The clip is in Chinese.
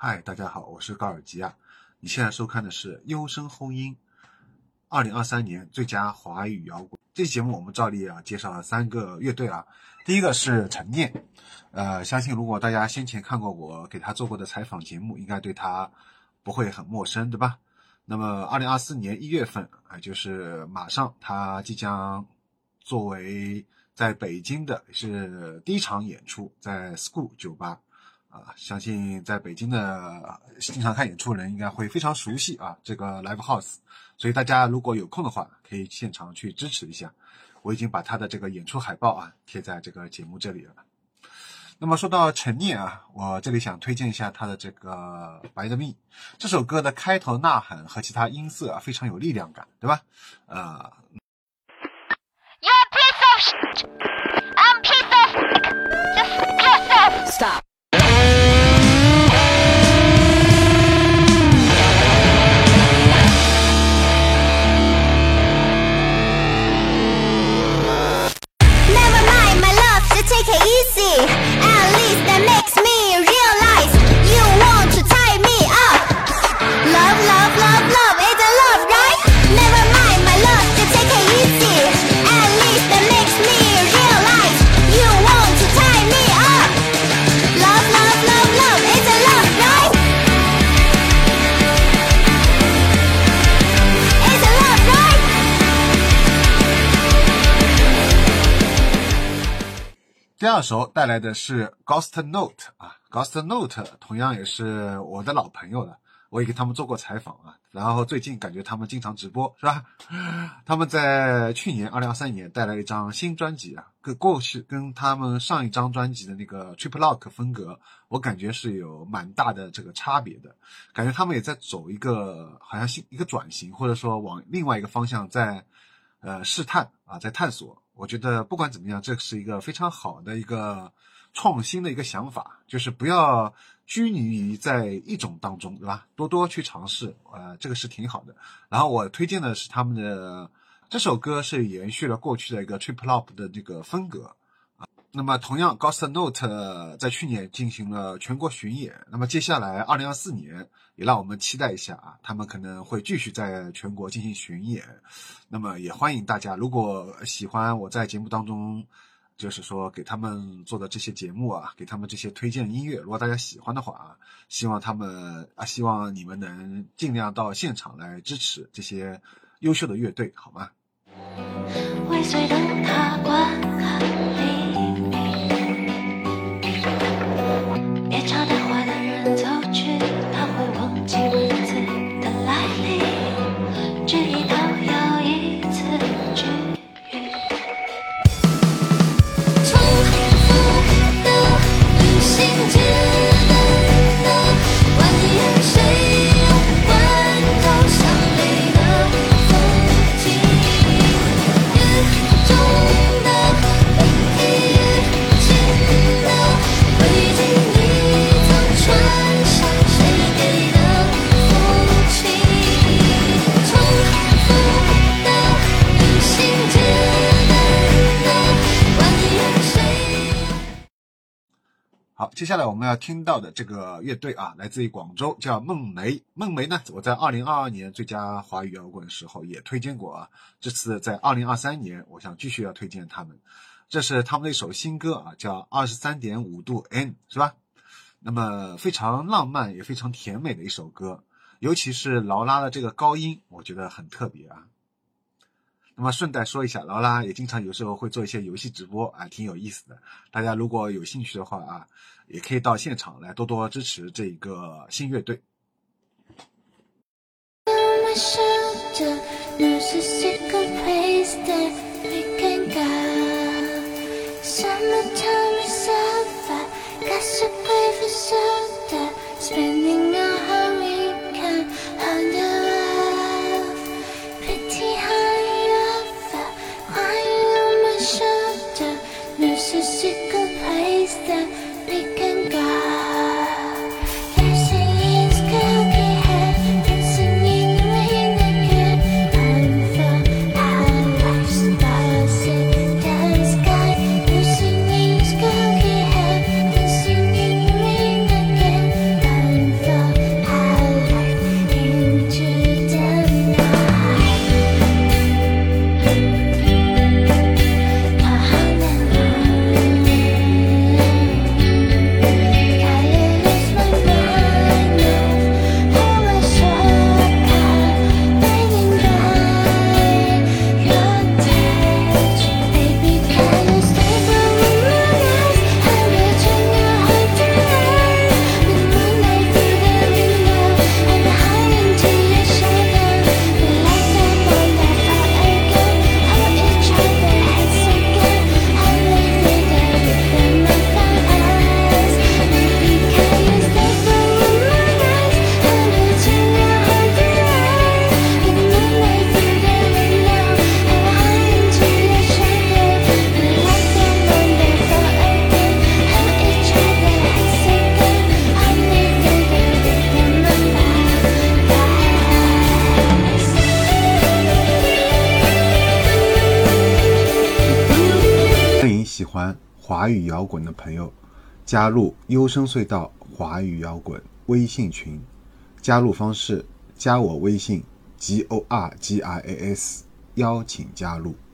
嗨，大家好，我是高尔基啊。你现在收看的是优声轰音2023年最佳华语摇滚。这期节目我们照例介绍了3个乐队啊。第一个是陈念，相信如果大家先前看过我给他做过的采访节目，应该对他不会很陌生，对吧？那么2024年1月份就是马上他即将作为在北京的是第一场演出，在 School 酒吧。相信在北京的经常看演出的人应该会非常熟悉这个 Live House， 所以大家如果有空的话可以现场去支持一下。我已经把他的这个演出海报贴在这个节目这里了。那么说到陈念我这里想推荐一下他的这个白的蜜，这首歌的开头呐喊和其他音色非常有力量感，对吧 You're a piece of shit. I'm a piece of just yourself. Stop. Take it easy, at least that makes me realize you want to tie me up. Love, love, love, love, it's a love, right? Never mind my love, just take it easy. At least that makes me realize you want to tie me up. Love, love, love, love, it's a love, right? It's a love, right? 第二首带来的是 Ghost Note Ghost Note 同样也是我的老朋友了，我也给他们做过采访然后最近感觉他们经常直播，是吧？他们在去年2023年带来了一张新专辑跟他们上一张专辑的那个 Trip Lock 风格，我感觉是有蛮大的这个差别的，感觉他们也在走一个好像一个转型，或者说往另外一个方向在试探在探索。我觉得不管怎么样，这是一个非常好的一个创新的一个想法，就是不要拘泥于在一种当中，对吧？多多去尝试，这个是挺好的。然后我推荐的是他们的这首歌是延续了过去的一个 Trip Hop 的这个风格那么同样 Ghost Note 在去年进行了全国巡演，那么接下来2024年也让我们期待一下他们可能会继续在全国进行巡演。那么也欢迎大家，如果喜欢我在节目当中就是说给他们做的这些节目给他们这些推荐音乐，如果大家喜欢的话希望你们能尽量到现场来支持这些优秀的乐队，好吗？ 未遂灯塔观看黎明，夜场带坏的人走去，他会忘记文字的来历，只一道又一次治愈。重复的旅行，只等的蜿蜒，谁又关照向北的风景？雨中的泪滴，雨近的灰烬，你曾穿上谁给的风情？重复的旅行，只等的蜿蜒，谁好，接下来我们要听到的这个乐队来自于广州，叫梦梅。梦梅呢，我在2022年最佳华语摇滚的时候也推荐过这次在2023年我想继续要推荐他们。这是他们的一首新歌叫 23.5 度 N， 是吧？那么非常浪漫也非常甜美的一首歌，尤其是劳拉的这个高音我觉得很特别那么顺带说一下，劳拉也经常有时候会做一些游戏直播挺有意思的，大家如果有兴趣的话也可以到现场来多多支持这个新乐队。 my shoulder, knows a secret place that we can go. Summertime is over, gossip with a soda, spending our weekend on the road. Pretty high over, crying on my shoulder, knows a secret place that we can go. Dancing in the sky, dancing in the rain. 欢华语摇滚的朋友，加入优声隧道华语摇滚微信群。加入方式：加我微信 GORGIAS， 邀请加入。